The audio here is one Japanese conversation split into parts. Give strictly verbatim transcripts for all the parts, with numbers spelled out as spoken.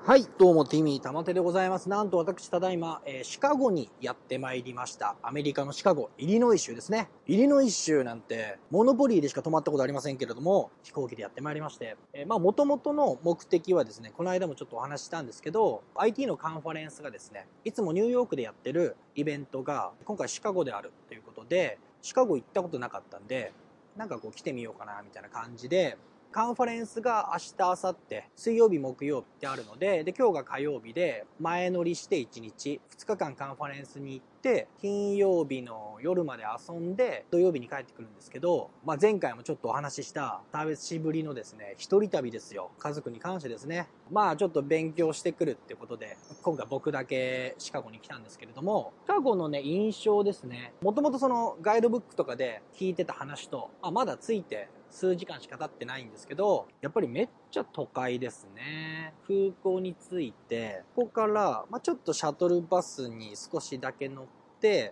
はい、どうも、ティミー玉手でございます。なんと私、ただいま、えー、シカゴにやってまいりました。アメリカのシカゴ、イリノイ州ですね。イリノイ州なんて、モノポリーでしか泊まったことありませんけれども、飛行機でやってまいりまして、えー、まあ、元々の目的はですね、この間もちょっとお話ししたんですけど、アイティー のカンファレンスがですね、いつもニューヨークでやってるイベントが、今回シカゴであるということで、シカゴ行ったことなかったんで、なんかこう来てみようかな、みたいな感じで、カンファレンスが明日、明後日、水曜日、木曜日ってあるので、で、今日が火曜日で、前乗りしていちにち、ふつかかんカンファレンスに行って、金曜日の夜まで遊んで、土曜日に帰ってくるんですけど、まあ、前回もちょっとお話しした、久しぶりのですね、一人旅ですよ。家族に感謝ですね。まあ、ちょっと勉強してくるってことで、今回僕だけシカゴに来たんですけれども、シカゴのね、印象ですね。もともとそのガイドブックとかで聞いてた話と、あ、まだついて、数時間しか経ってないんですけど、やっぱりめっちゃ都会ですね。空港に着いて、ここから、まあ、ちょっとシャトルバスに少しだけ乗って、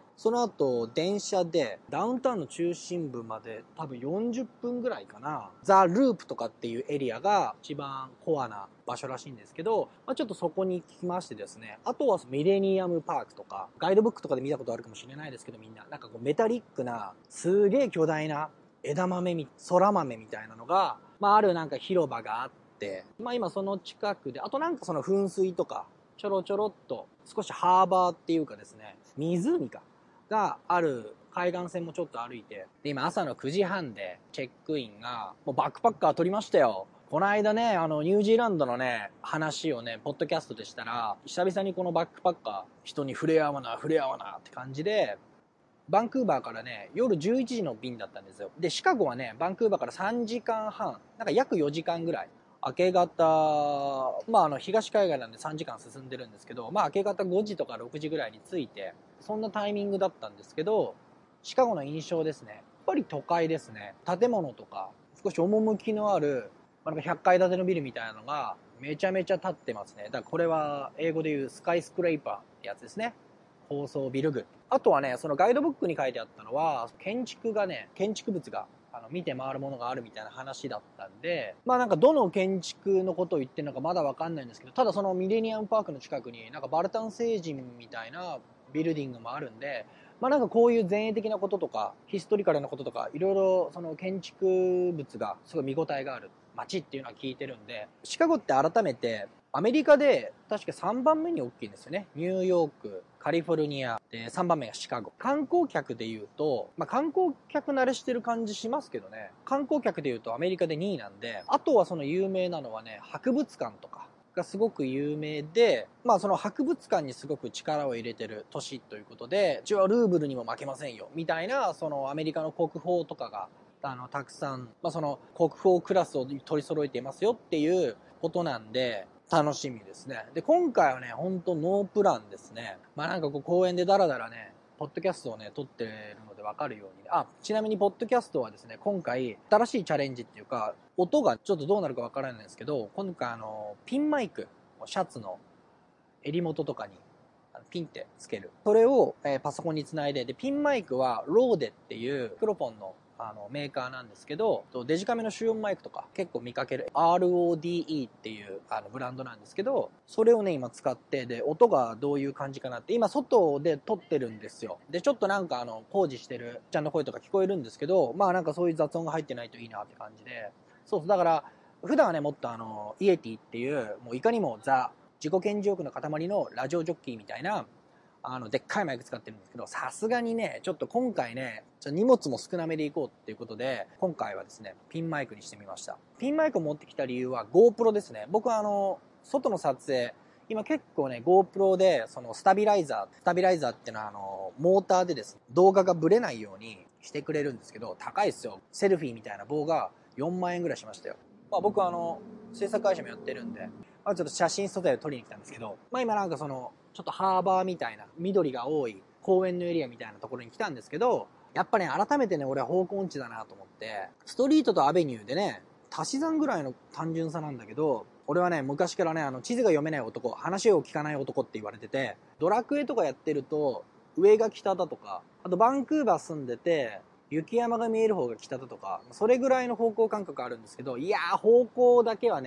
その後電車でダウンタウンの中心部まで多分よんじゅっぷんぐらいかな。ザ・ループとかっていうエリアが一番コアな場所らしいんですけど、まあ、ちょっとそこに来ましてですね、あとはミレニアムパークとか、ガイドブックとかで見たことあるかもしれないですけどみんな、なんかこうメタリックな、すげえ巨大な枝豆み、空豆みたいなのが、まああるなんか広場があって、まあ今その近くで、あとなんかその噴水とか、ちょろちょろっと、少しハーバーっていうかですね、湖か、がある海岸線もちょっと歩いて、で今朝のくじはんでチェックインが、もうバックパッカー取りましたよ。この間ね、あの、ニュージーランドのね、話をね、ポッドキャストでしたら、久々にこのバックパッカー、人に触れ合わな、触れ合わなって感じで、バンクーバーからね、夜じゅういちじの便だったんですよ。で、シカゴはね、バンクーバーからさんじかんはん、なんか約よじかんぐらい。明け方、まああの、東海岸なんでさんじかん進んでるんですけど、まあ明け方ごじとかろくじぐらいに着いて、そんなタイミングだったんですけど、シカゴの印象ですね。やっぱり都会ですね。建物とか、少し趣のある、なんかひゃっかい建てのビルみたいなのが、めちゃめちゃ建ってますね。だからこれは、英語で言うスカイスクレーパーってやつですね。高層ビル群。あとはね、そのガイドブックに書いてあったのは、建築がね、建築物が、あの、見て回るものがあるみたいな話だったんで、まあなんかどの建築のことを言ってるのかまだわかんないんですけど、ただそのミレニアムパークの近くになんかバルタン星人みたいなビルディングもあるんで、まあなんかこういう前衛的なこととか、ヒストリカルなこととか、いろいろその建築物がすごい見応えがある街っていうのは聞いてるんで、シカゴって改めて、アメリカで確かさんばんめに大きいんですよね。ニューヨーク、カリフォルニア、でさんばんめがシカゴ。観光客で言うと、まあ、観光客慣れしてる感じしますけどね。観光客で言うとアメリカでにいなんで、あとはその有名なのはね、博物館とかがすごく有名で、まあその博物館にすごく力を入れてる都市ということで、うちはルーブルにも負けませんよ、みたいな、そのアメリカの国宝とかが、あの、たくさん、まあその国宝クラスを取り揃えていますよっていうことなんで、楽しみですね。で、今回はね、ほんとノープランですね。まあなんかこう公園でダラダラね、ポッドキャストをね、撮ってるのでわかるように。あ、ちなみにポッドキャストはですね、今回、新しいチャレンジっていうか、音がちょっとどうなるかわからないんですけど、今回あの、ピンマイク、シャツの襟元とかに、ピンってつける。それを、えー、パソコンにつないで、で、ピンマイクはローデっていうプロフォンのあのメーカーなんですけど、デジカメの主音マイクとか結構見かける アールオーディーイー っていうあのブランドなんですけど、それをね今使って、で音がどういう感じかなって、今外で撮ってるんですよ。でちょっとなんかあの工事してるちゃんの声とか聞こえるんですけど、まあなんかそういう雑音が入ってないといいなって感じで、そうそう、だから普段はねもっとあのイエティっていうもういかにもザ自己顕示欲の塊のラジオジョッキーみたいなあのでっかいマイク使ってるんですけど、さすがにねちょっと今回ねちょ荷物も少なめでいこうっていうことで、今回はですねピンマイクにしてみました。ピンマイクを持ってきた理由は GoPro ですね。僕はあの外の撮影今結構ね GoPro でそのスタビライザースタビライザーっていうのはあのモーターでですね動画がブレないようにしてくれるんですけど、高いですよ。セルフィーみたいな棒がよんまんえんぐらいしましたよ。まあ僕はあの制作会社もやってるんで、まあ、ちょっと写真素材を撮りに来たんですけど、まあ今なんかそのちょっとハーバーみたいな緑が多い公園のエリアみたいなところに来たんですけど、やっぱね改めてね俺は方向音痴だなと思って、ストリートとアベニューでね足し算ぐらいの単純さなんだけど、俺はね昔からねあの地図が読めない男、話を聞かない男って言われてて、ドラクエとかやってると上が北だとか、あとバンクーバー住んでて雪山が見える方が北だとか、それぐらいの方向感覚あるんですけど、いやー方向だけはね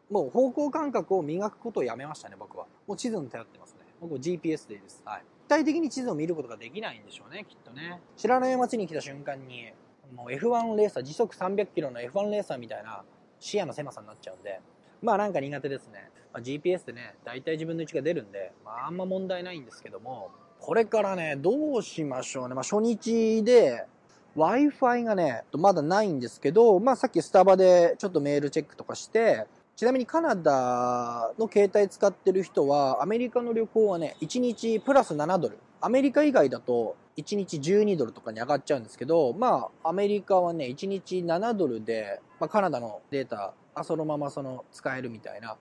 もう方向感覚を磨くことをやめましたね、僕は。もう地図に頼ってますね。僕は ジーピーエス でいいです。はい。具体的に地図を見ることができないんでしょうね、きっとね。知らない街に来た瞬間に、もう エフワン レーサー、時速さんびゃくキロの エフワン レーサーみたいな視野の狭さになっちゃうんで、まあなんか苦手ですね。まあ、ジーピーエス でね、だいたい自分の位置が出るんで、まああんま問題ないんですけども、これからね、どうしましょうね。まあ初日で、Wi-Fi がね、まだないんですけど、まあさっきスタバでちょっとメールチェックとかして、ちなみにカナダの携帯使ってる人は、アメリカの旅行はね、いちにちプラスななドル。アメリカ以外だといちにちじゅうにドルとかに上がっちゃうんですけど、まあアメリカはね、いちにちななドルで、まあカナダのデータ、あそのままその使えるみたいな。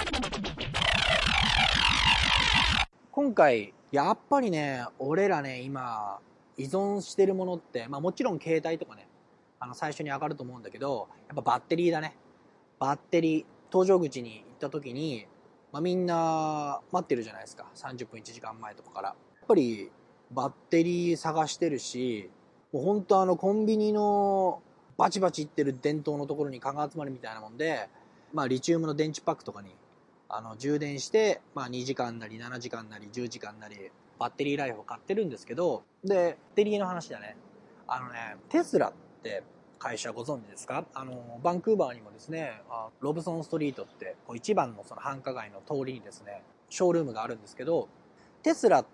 今回、やっぱりね、俺らね、今、依存してるものって、まあもちろん携帯とかね、あの最初に上がると思うんだけど、やっぱバッテリーだね。バッテリー、搭乗口に行った時に、まあみんな待ってるじゃないですか。さんじゅっぷんいちじかんまえとかから。やっぱりバッテリー探してるし、もうほんとあのコンビニのバチバチいってる電灯のところに蚊が集まるみたいなもんで、まあリチウムの電池パックとかにあの充電して、まあにじかんなりななじかんなりじゅうじかんなりバッテリーライフを買ってるんですけど、で、バッテリーの話だね。あのね、テスラって会社ご存知ですか？あの、バンクーバーにもですね、ロブソンストリートってこう一番のその繁華街の通りにですね、ショールームがあるんですけど、テスラって、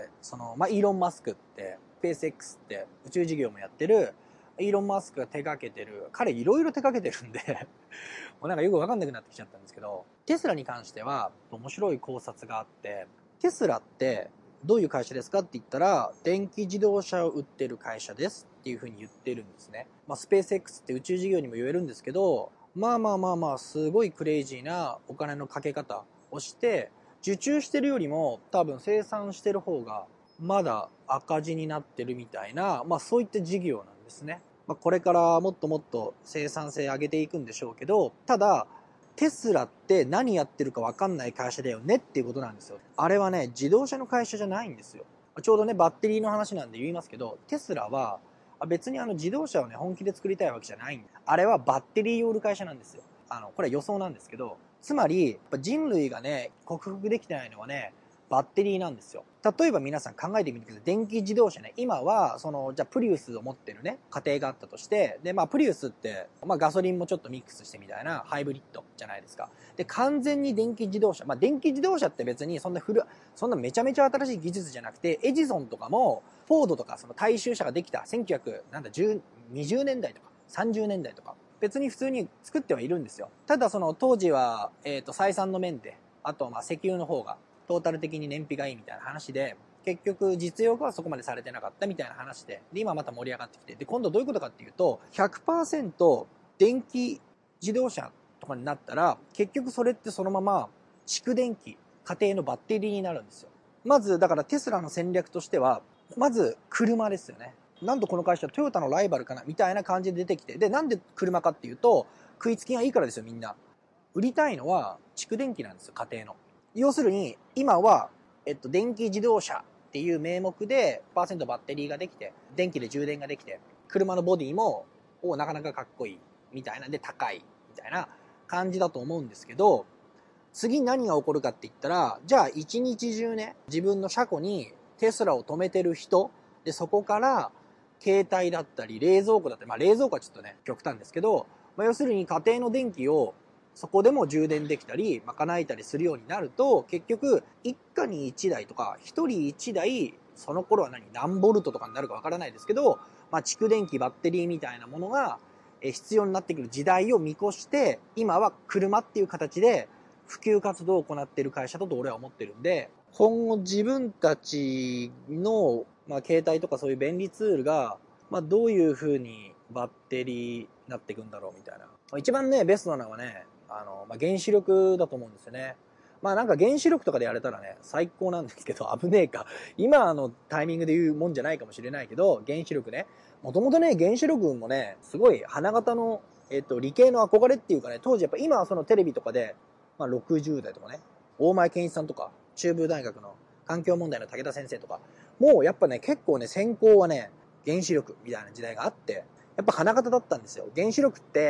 その、まあ、イーロン・マスクって、スペース X って宇宙事業もやってる、イーロン・マスクが手掛けてる、彼いろいろ手掛けてるんでもうなんかよくわかんなくなってきちゃったんですけど、テスラに関しては面白い考察があって、テスラってどういう会社ですかって言ったら、電気自動車を売ってる会社ですっていうふうに言ってるんですね。まあ、スペース X って宇宙事業にも言えるんですけど、まあまあまあまあ、すごいクレイジーなお金のかけ方をして、受注してるよりも多分生産してる方がまだ赤字になってるみたいな、まあそういった事業なんですね。まあこれからもっともっと生産性上げていくんでしょうけど、ただ、テスラって何やってるか分かんない会社だよねっていうことなんですよ。あれはね、自動車の会社じゃないんですよ。ちょうどね、バッテリーの話なんで言いますけど、テスラは別にあの自動車をね、本気で作りたいわけじゃないんで、あれはバッテリーを売る会社なんですよ。あの、これは予想なんですけど、つまり、やっぱ人類がね、克服できてないのはね、バッテリーなんですよ。例えば皆さん考えてみてください。電気自動車ね。今は、その、じゃあプリウスを持ってるね、家庭があったとして、で、まあプリウスって、まあガソリンもちょっとミックスしてみたいなハイブリッドじゃないですか。で、完全に電気自動車。まあ電気自動車って別にそんな古、そんなめちゃめちゃ新しい技術じゃなくて、エジソンとかも、フォードとかその大衆車ができたせんきゅうひゃく、なんだ、にじゅうねんだいとか、さんじゅうねんだいとか、別に普通に作ってはいるんですよ。ただその当時は、えっと、採算の面で、あとまあ石油の方がトータル的に燃費がいいみたいな話で、結局実用化はそこまでされてなかったみたいな話で、で、今また盛り上がってきて、で、今度どういうことかっていうと、ひゃくパーセント 電気自動車とかになったら、結局それってそのまま蓄電機、家庭のバッテリーになるんですよ。まず、だからテスラの戦略としては、まず車ですよね。なんとこの会社トヨタのライバルかなみたいな感じで出てきて、で、なんで車かっていうと、食いつきがいいからですよ、みんな。売りたいのは蓄電機なんですよ、家庭の。要するに、今は、えっと、電気自動車っていう名目で、パーセントバッテリーができて、電気で充電ができて、車のボディも、お、なかなかかっこいい、みたいなんで高い、みたいな感じだと思うんですけど、次何が起こるかって言ったら、じゃあ一日中ね、自分の車庫にテスラを止めてる人、で、そこから、携帯だったり、冷蔵庫だったり、まあ冷蔵庫はちょっとね、極端ですけど、まあ要するに家庭の電気をそこでも充電できたり、賄えたりするようになると、結局、一家に一台とか、一人一台、その頃は何、何ボルトとかになるかわからないですけど、まあ蓄電機、バッテリーみたいなものが必要になってくる時代を見越して、今は車っていう形で普及活動を行っている会社だと俺は思ってるんで、今後自分たちの、まあ、携帯とかそういう便利ツールが、まあ、どういう風にバッテリーになっていくんだろうみたいな。一番ね、ベストなのはね、あの、まあ、原子力だと思うんですよね。まあなんか原子力とかでやれたらね、最高なんですけど、危ねえか。今のタイミングで言うもんじゃないかもしれないけど、原子力ね。もともとね、原子力もね、すごい花形の、えっと、理系の憧れっていうかね、当時やっぱ今はそのテレビとかで、まあろくじゅうだいとかね、大前健一さんとか、中部大学の環境問題の武田先生とか、もうやっぱね、結構ね、専攻はね、原子力みたいな時代があって、やっぱ花形だったんですよ。原子力って、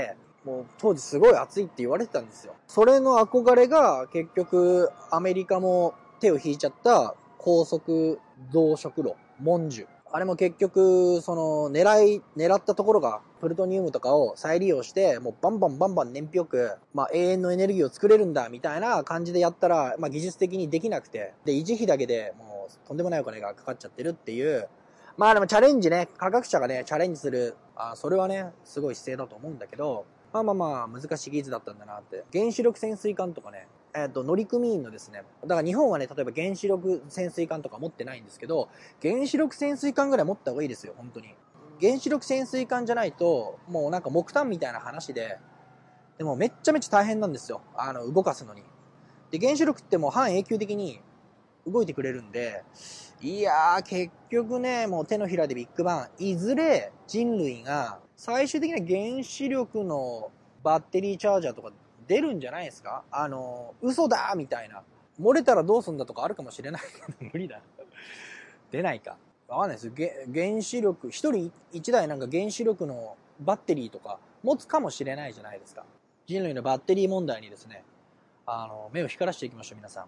もう当時すごい熱いって言われてたんですよ。それの憧れが結局アメリカも手を引いちゃった高速増殖炉、モンジュ。あれも結局、その狙い、狙ったところがプルトニウムとかを再利用して、もうバンバンバンバン燃費よく、まあ永遠のエネルギーを作れるんだみたいな感じでやったら、まあ技術的にできなくて、で、維持費だけでもうとんでもないお金がかかっちゃってるっていう、まあでもチャレンジね、科学者がね、チャレンジする、あそれはね、すごい姿勢だと思うんだけど、まあまあまあ難しい技術だったんだなって。原子力潜水艦とかね、えっと、乗組員のですね、だから日本はね、例えば原子力潜水艦とか持ってないんですけど、原子力潜水艦ぐらい持った方がいいですよ、本当に。原子力潜水艦じゃないと、もうなんか木炭みたいな話で、でもめっちゃめちゃ大変なんですよ。あの、動かすのに。で、原子力ってもう半永久的に動いてくれるんで、いやー、結局ね、もう手のひらでビッグバン、いずれ人類が最終的な原子力のバッテリーチャージャーとか出るんじゃないですか？あの、嘘だみたいな。漏れたらどうすんだとかあるかもしれないけど、無理だ。出ないか。わかんないですよ。原子力、一人一台なんか原子力のバッテリーとか持つかもしれないじゃないですか。人類のバッテリー問題にですね、あの、目を光らしていきましょう、皆さん。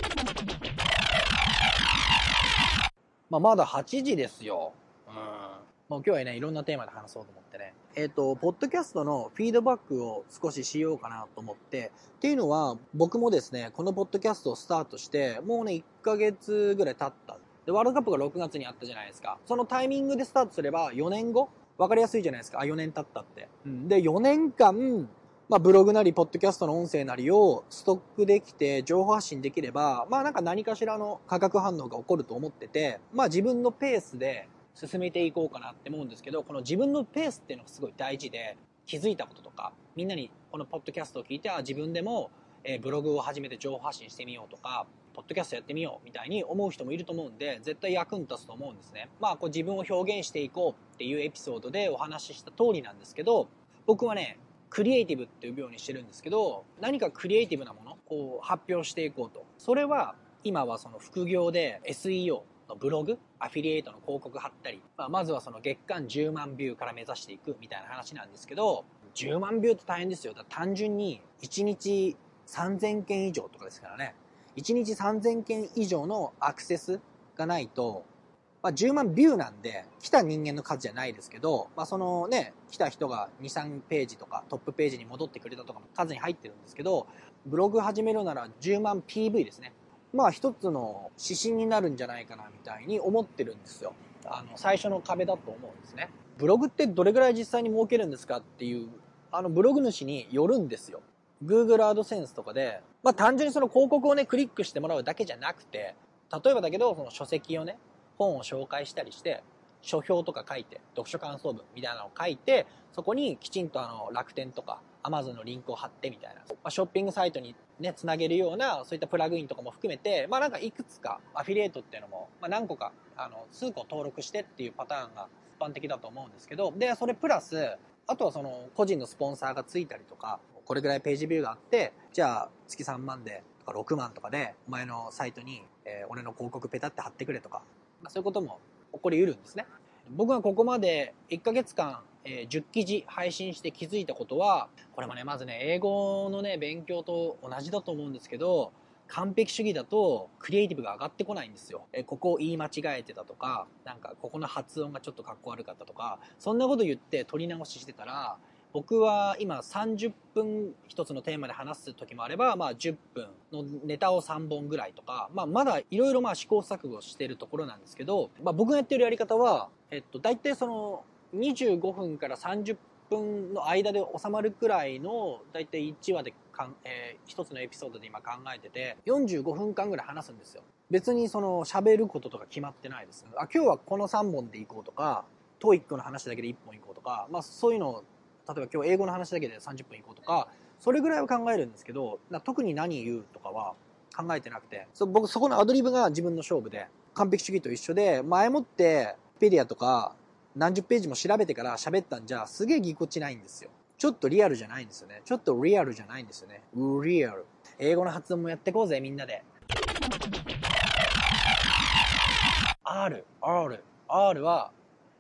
まあ、まだはちじですよ。うん。もう今日はね、いろんなテーマで話そうと思ってね。えっと、ポッドキャストのフィードバックを少ししようかなと思って、っていうのは、僕もですね、このポッドキャストをスタートして、もうね、いっかげつぐらい経った。で、ワールドカップがろくがつにあったじゃないですか。そのタイミングでスタートすれば、よねんごわかりやすいじゃないですか。あ、よねん経ったって。うん、で、よねんかん、まあ、ブログなり、ポッドキャストの音声なりをストックできて、情報発信できれば、まあ、なんか何かしらの化学反応が起こると思ってて、まあ、自分のペースで進めていこうかなって思うんですけど、この自分のペースっていうのがすごい大事で、気づいたこととか、みんなにこのポッドキャストを聞いて、あ、自分でも、えー、ブログを始めて情報発信してみようとか、ポッドキャストやってみようみたいに思う人もいると思うんで、絶対役に立つと思うんですね。まあ、こう自分を表現していこうっていうエピソードでお話しした通りなんですけど、僕はね、クリエイティブって呼ぶようにしてるんですけど、何かクリエイティブなものを発表していこうと。それは、今はその副業で エスイーオー のブログ、アフィリエイトの広告貼ったり、まあ、まずはその月間じゅうまんビューから目指していくみたいな話なんですけど、じゅうまんビューって大変ですよ。だから単純にいちにちさんぜんけん以上とかですからね。いちにちさんぜんけん以上のアクセスがないと、まあ、じゅうまんビューなんで、来た人間の数じゃないですけど、まあ、そのね、来た人がに、さんページとかトップページに戻ってくれたとかの数に入ってるんですけど、ブログ始めるならじゅうまん ピーブイ ですね。まあ一つの指針になるんじゃないかなみたいに思ってるんですよ。あの、最初の壁だと思うんですね。ブログってどれぐらい実際に儲けるんですかっていう、あのブログ主によるんですよ。Google アドセンスとかで、まあ単純にその広告をね、クリックしてもらうだけじゃなくて、例えばだけど、その書籍をね、本を紹介したりして、書評とか書いて、読書感想文みたいなのを書いて、そこにきちんとあの楽天とか Amazon のリンクを貼ってみたいな、まあ、ショッピングサイトにね、つなげるような、そういったプラグインとかも含めて、まあなんかいくつかアフィリエイトっていうのも、まあ何個か、あの、数個登録してっていうパターンが一般的だと思うんですけど、で、それプラス、あとはその個人のスポンサーがついたりとか、これぐらいページビューがあって、じゃあ月さんまんで、とかろくまんとかで、お前のサイトに、えー、俺の広告ペタって貼ってくれとか、まあ、そういうことも起こり得るんですね。僕がここまでいっかげつかん、えー、じゅっきじ配信して気づいたことは、これもね、まずね、英語のね、勉強と同じだと思うんですけど、完璧主義だとクリエイティブが上がってこないんですよ。えー、ここを言い間違えてたとか、なんかここの発音がちょっとかっこ悪かったとか、そんなこと言って取り直ししてたら、僕は今さんじゅっぷん一つのテーマで話す時もあれば、まあじゅっぷんのネタをさんぼんぐらいとか、まあまだいろいろまあ試行錯誤しているところなんですけど、まあ僕がやってるやり方は、えっと、大体そのにじゅうごふんからさんじゅっぷんの間で収まるくらいの、大体いちわでかん、えー、一つのエピソードで今考えてて、よんじゅうごふんかんぐらい話すんですよ。別にその喋ることとか決まってないです。あ、今日はこのさんぼんでいこうとか、トーイックの話だけでいっぽんいこうとか、まあそういうのを例えば今日英語の話だけでさんじゅっぷんいこうとか、それぐらいは考えるんですけど、特に何言うとかは考えてなくて、そ僕そこのアドリブが自分の勝負で、完璧主義と一緒で、前もってペディアとか何十ページも調べてから喋ったんじゃすげえぎこちないんですよ。ちょっとリアルじゃないんですよね。ちょっとリアルじゃないんですよね。リアル。英語の発音もやってこうぜみんなで。R、R、R は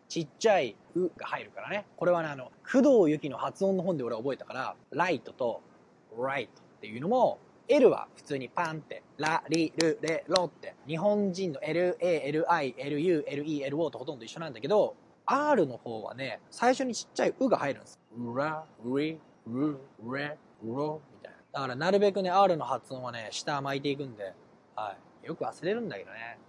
ちっちゃい「う」が入るからね。これはね、あの、工藤由紀の発音の本で俺は覚えたから、ライトとライトっていうのも、L は普通にパンって、ラ、リ、ル、レ、ロって、日本人の エル、エー、エル、アイ、エル、ユー、エル、イー、エル、オー とほとんど一緒なんだけど、R の方はね、最初にちっちゃい「う」が入るんです。ラ、リ、ル、レ、ロみたいな。だからなるべくね、R の発音はね、下巻いていくんで、はい。よく忘れるんだけどね。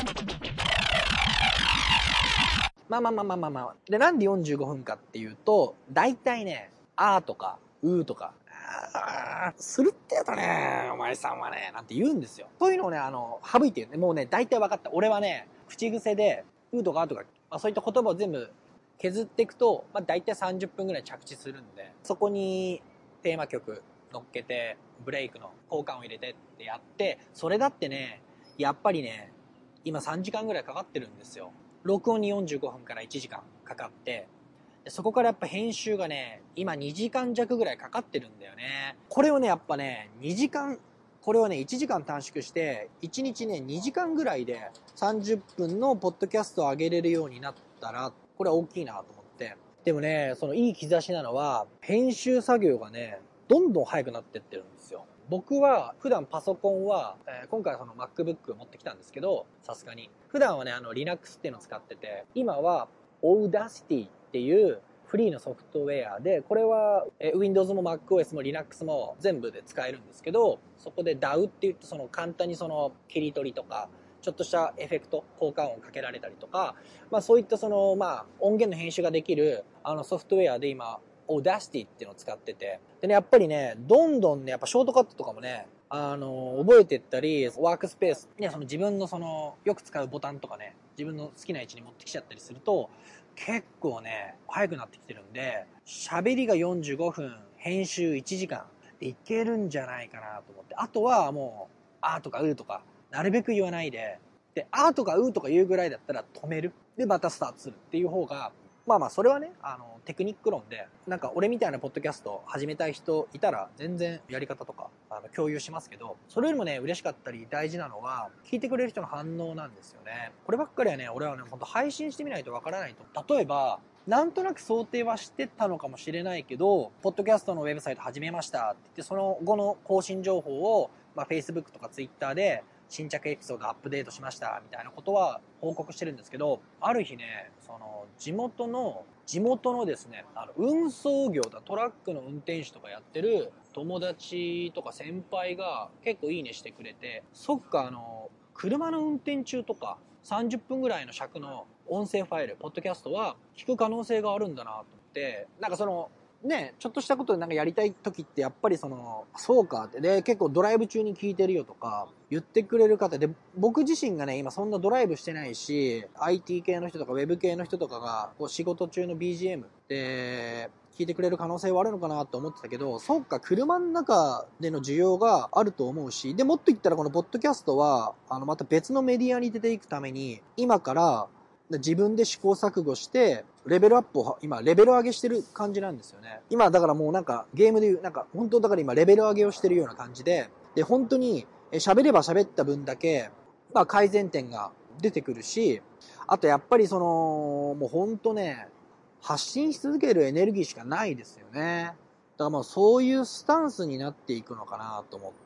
まあまあまあまあまあまあ。で、なんでよんじゅうごふんかっていうと、大体ね、あーとか、うーとか、あー、するってやとね、お前さんはね、なんて言うんですよ。そういうのをね、あの、省いてるね。もうね、大体分かった。俺はね、口癖で、うーとかあーとか、まあ、そういった言葉を全部削っていくと、まあ大体さんじゅっぷんぐらい着地するんで、そこにテーマ曲乗っけて、ブレイクの効果音を入れてってやって、それだってね、やっぱりね、今さんじかんぐらいかかってるんですよ。録音によんじゅうごふんからいちじかんかかって、でそこからやっぱ編集がね、今にじかん弱ぐらいかかってるんだよね。これをね、やっぱね、にじかん、これをね、いちじかん短縮して、いちにちね、にじかんぐらいでさんじゅっぷんのポッドキャストを上げれるようになったら、これは大きいなと思って。でもね、そのいい兆しなのは、編集作業がね、どんどん早くなってってるんですよ。僕は普段パソコンは、えー、今回はその MacBook を持ってきたんですけど、さすがに。普段はね、あの Linux っていうのを使ってて、今は Audacity っていうフリーのソフトウェアで、これは、えー、Windows も MacOS も Linux も全部で使えるんですけど、そこで ダウ って言ってその簡単にその切り取りとか、ちょっとしたエフェクト、効果音をかけられたりとか、まあそういったその、まあ音源の編集ができるあのソフトウェアで今、Audacity っていうのを使ってて。でね、やっぱりね、どんどんね、やっぱショートカットとかもね、あの、覚えていったり、ワークスペース、ね、その自分のその、よく使うボタンとかね、自分の好きな位置に持ってきちゃったりすると、結構ね、早くなってきてるんで、喋りがよんじゅうごふん、編集いちじかんでいけるんじゃないかなと思って。あとはもう、あーとかうーとか、なるべく言わないで、で、あーとかうーとか言うぐらいだったら止める。で、またスタートするっていう方が、まあまあ、それはね、あの、テクニック論で、なんか俺みたいなポッドキャスト始めたい人いたら、全然やり方とか、あの、共有しますけど、それよりもね、嬉しかったり大事なのは、聞いてくれる人の反応なんですよね。こればっかりはね、俺はね、ほんと配信してみないとわからないと。例えば、なんとなく想定はしてたのかもしれないけど、ポッドキャストのウェブサイト始めましたって言って、その後の更新情報を、まあ、Facebook とか Twitter で、新着エピソードアップデートしましたみたいなことは報告してるんですけど、ある日ね、その地元の地元のですね、あの運送業だ、トラックの運転手とかやってる友達とか先輩が結構いいねしてくれて、そっか、あの車の運転中とかさんじゅっぷんぐらいの尺の音声ファイル、ポッドキャストは聞く可能性があるんだなと思って、なんかそのね、ちょっとしたことでなんかやりたい時ってやっぱりその、そうかって、で、結構ドライブ中に聞いてるよとか言ってくれる方で、僕自身がね、今そんなドライブしてないし、アイティー 系の人とかウェブ系の人とかがこう仕事中の ビージーエム で聞いてくれる可能性はあるのかなと思ってたけど、そうか、車の中での需要があると思うし、で、もっと言ったらこのポッドキャストは、あの、また別のメディアに出ていくために、今から、自分で試行錯誤して、レベルアップを、今、レベル上げしてる感じなんですよね。今、だからもうなんか、ゲームで言う、なんか、本当だから今、レベル上げをしてるような感じで、で、本当に、喋れば喋った分だけ、まあ、改善点が出てくるし、あとやっぱりその、もう本当ね、発信し続けるエネルギーしかないですよね。だからまあ、そういうスタンスになっていくのかなと思って、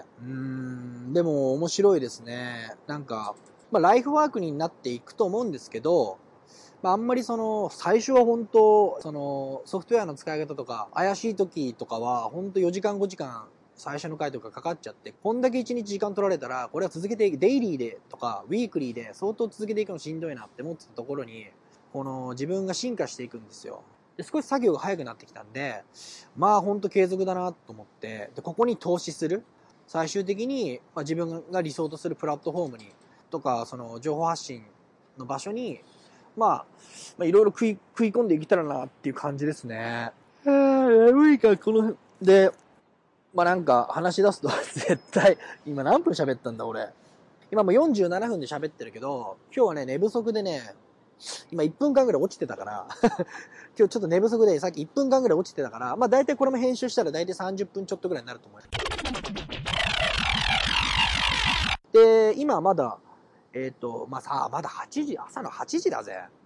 うーん、でも面白いですね。なんか、まあ、ライフワークになっていくと思うんですけど、まあ、あんまりその、最初は本当、その、ソフトウェアの使い方とか、怪しい時とかは、本当よじかんごじかん、最初の回とかかかっちゃって、こんだけいちにち時間取られたら、これは続けていく、デイリーでとか、ウィークリーで相当続けていくのしんどいなって思ってたところに、この、自分が進化していくんですよ。で、少し作業が早くなってきたんで、まあ本当継続だなと思って、で、ここに投資する。最終的に、まあ、自分が理想とするプラットフォームに、とか、その情報発信の場所に、まあ、まあ、いろいろ食い、食い込んでいけたらなっていう感じですね。あー、眠いか、この、で、まあなんか話し出すと絶対、今何分喋ったんだ俺。今もうよんじゅうななふんで喋ってるけど、今日はね、寝不足でね、今いっぷんかんぐらい落ちてたから、今日ちょっと寝不足でさっきいっぷんかんぐらい落ちてたから、まあ大体これも編集したら大体さんじゅっぷんちょっとぐらいになると思う。で、今まだ、えっと、まあさ、まだはちじ、朝のはちじだぜ。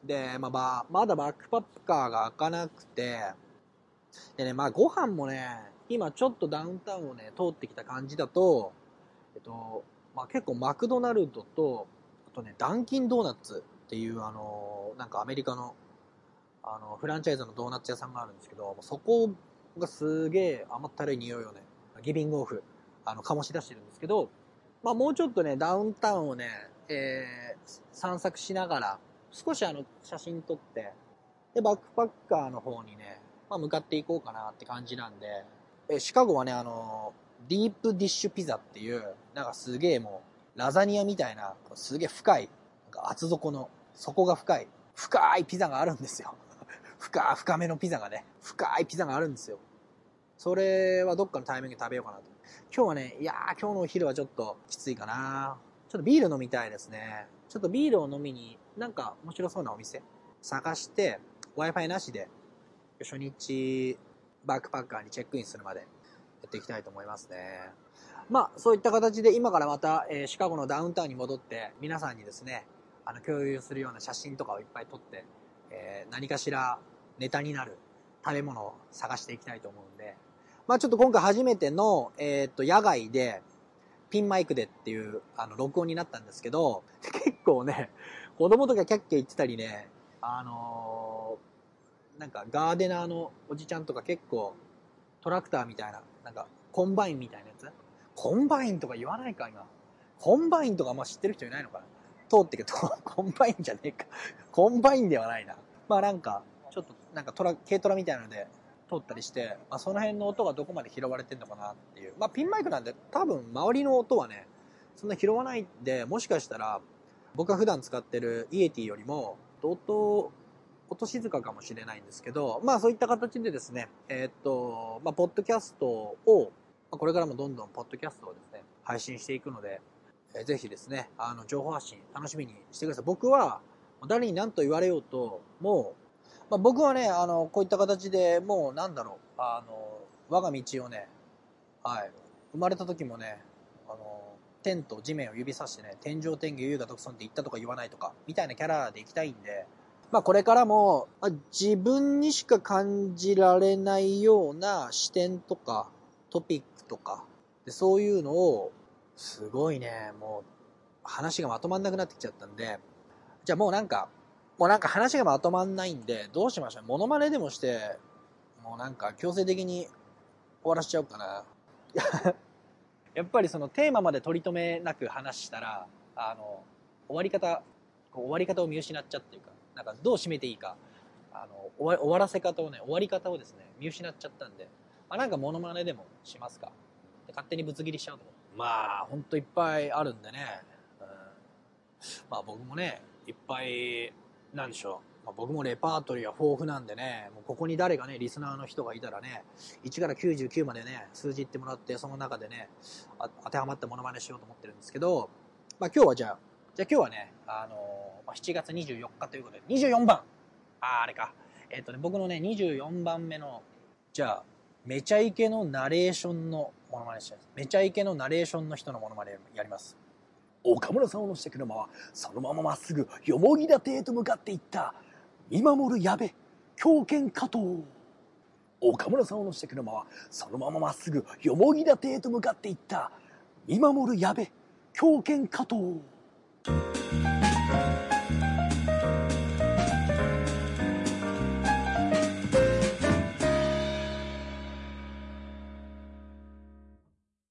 で、まあ、ばまだバックパッカーが開かなくて、でね、まあご飯もね、今ちょっとダウンタウンをね、通ってきた感じだと、えっと、まあ結構マクドナルドと、あとね、ダンキンドーナツっていうあの、なんかアメリカの、あの、フランチャイズのドーナツ屋さんがあるんですけど、そこがすげえ甘ったるい匂いをね、ギビングオフ、あの、醸し出してるんですけど、まあもうちょっとね、ダウンタウンをね、えー、散策しながら、少しあの、写真撮って、で、バックパッカーの方にね、まあ向かっていこうかなって感じなんで、え、シカゴはね、あの、ディープディッシュピザっていう、なんかすげえもう、ラザニアみたいな、すげえ深い、なんか厚底の、底が深い、深いピザがあるんですよ。深い、深めのピザがね、深いピザがあるんですよ。それはどっかのタイミングで食べようかなと。今日はね、いやー、今日のお昼はちょっときついかな。ちょっとビール飲みたいですね。ちょっとビールを飲みに、なんか面白そうなお店探して、Wi-Fi なしで、初日、バックパッカーにチェックインするまでやっていきたいと思いますね。まあ、そういった形で今からまた、えー、シカゴのダウンタウンに戻って、皆さんにですね、あの、共有するような写真とかをいっぱい撮って、えー、何かしらネタになる食べ物を探していきたいと思うんで、まあちょっと今回初めての、えー、っと、野外で、ピンマイクでっていう、あの、録音になったんですけど、結構ね、子供とかキャッキャ言ってたりね、あのー、なんかガーデナーのおじちゃんとか結構、トラクターみたいな、なんか、コンバインみたいなやつコンバインとか言わないか、今。コンバインとかあんま知ってる人いないのかな通ってけど、コンバインじゃねえか。コンバインではないな。まあなんか、ちょっと、なんかトラ、軽トラみたいなので、通ったりして、まあ、その辺の音がどこまで拾われてんのかなっていう。まあ、ピンマイクなんで多分周りの音はね、そんな拾わないんで、もしかしたら僕が普段使ってるイエティよりも音、音静かかもしれないんですけど、まあそういった形でですね、えー、っと、まあ、ポッドキャストを、まあ、これからもどんどんポッドキャストをですね、配信していくので、えー、ぜひですね、あの、情報発信楽しみにしてください。僕は、誰に何と言われようと、もう、まあ、僕はね、あの、こういった形でもうなんだろう、あの、我が道をね、はい、生まれた時もね、あの、天と地面を指さしてね、天上天下優雅独尊って言ったとか言わないとか、みたいなキャラでいきたいんで、まあこれからも、まあ、自分にしか感じられないような視点とか、トピックとか、でそういうのを、すごいね、もう、話がまとまんなくなってきちゃったんで、じゃあもうなんか、もうなんか話がまとまんないんで、どうしましょう。モノマネでもして、もうなんか強制的に終わらしちゃおうかな。やっぱりそのテーマまで取り留めなく話したら、あの、終わり方、こう終わり方を見失っちゃっていうか、なんかどう締めていいか、あの、終わ終わらせ方をね、終わり方をですね、見失っちゃったんで、まあ、なんかモノマネでもしますか。で勝手にぶつ切りしちゃうと思う。まあ、ほんといっぱいあるんでね。うん、まあ僕もね、いっぱい、なんでしょう。まあ、僕もレパートリーは豊富なんでね、もうここに誰がね、リスナーの人がいたらね、いちからきゅうじゅうきゅうまでね、数字言ってもらって、その中でね、あ当てはまったモノマネしようと思ってるんですけど、まあ今日はじゃあ、じゃあ今日はね、あのーまあ、しちがつにじゅうよっかということで、にじゅうよんばんあー、あれか。えっ、とね、僕のね、にじゅうよんばんめの、じゃあ、めちゃイケのナレーションのモノマネします。めちゃイケのナレーションの人のモノマネやります。岡村さんを乗せて車はそのまままっすぐよもぎだ邸へと向かっていった。見守る矢部狂犬加藤。岡村さんを乗せて車はそのまままっすぐよもぎだ邸へと向かっていった。見守る矢部狂犬加藤。